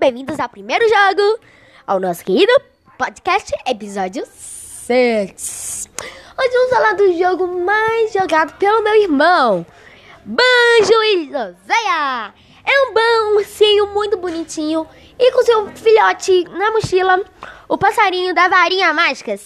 bem-vindos ao primeiro jogo, ao nosso querido podcast, episódio 6. Hoje vamos falar do jogo mais jogado pelo meu irmão, Banjo e Joséia. É um ursinho muito bonitinho e com seu filhote na mochila, o passarinho da varinha mágica.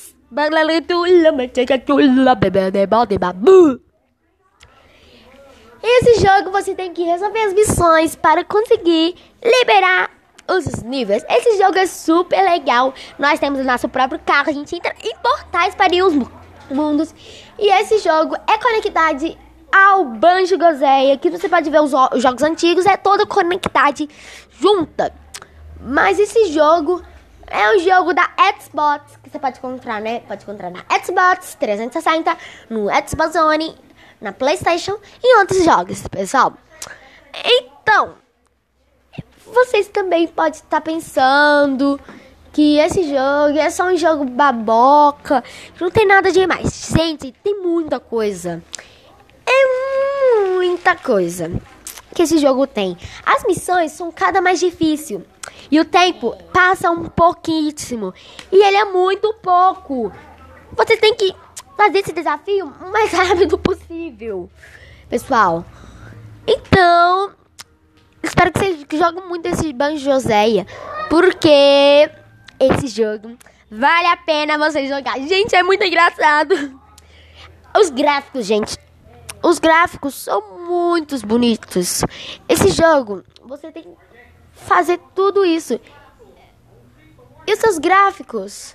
Esse jogo você tem que resolver as missões para conseguir liberar os níveis. Esse jogo é super legal. Nós temos o nosso próprio carro, a gente entra em portais para ir os mundos. E esse jogo é conectado ao Banjo e Joséia, que você pode ver os jogos antigos, é toda conectado junta. Mas esse jogo é um jogo da Xbox, que você pode encontrar, né? Pode encontrar na Xbox 360, no Xbox One, na PlayStation e outros jogos, pessoal. Então, vocês também podem estar pensando que esse jogo é só um jogo baboca, que não tem nada demais. Gente, tem muita coisa. É muita coisa que esse jogo tem. As missões são cada mais difícil e o tempo passa um pouquíssimo. E ele é muito pouco. Você tem que fazer esse desafio o mais rápido possível, pessoal. Então, espero que vocês joguem muito esse Banjo e Joséia, porque esse jogo vale a pena você jogar. Gente, é muito engraçado. Os gráficos, gente. Os gráficos são muito bonitos. Esse jogo, você tem que fazer tudo isso. E os seus gráficos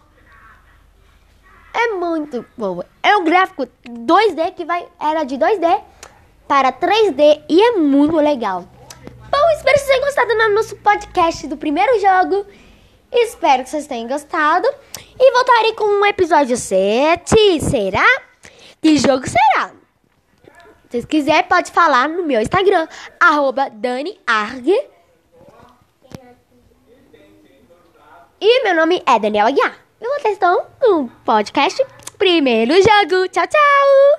é muito bom. É um gráfico 2D que era de 2D para 3D e é muito legal. Bom, espero que vocês tenham gostado do nosso podcast do primeiro jogo. Espero que vocês tenham gostado. E voltarei com um episódio 7. Será? Que jogo será? Se vocês quiserem, pode falar no meu Instagram, @DaniArg. E meu nome é Daniel Aguiar. E vocês estão no podcast Primeiro Jogo. Tchau, tchau!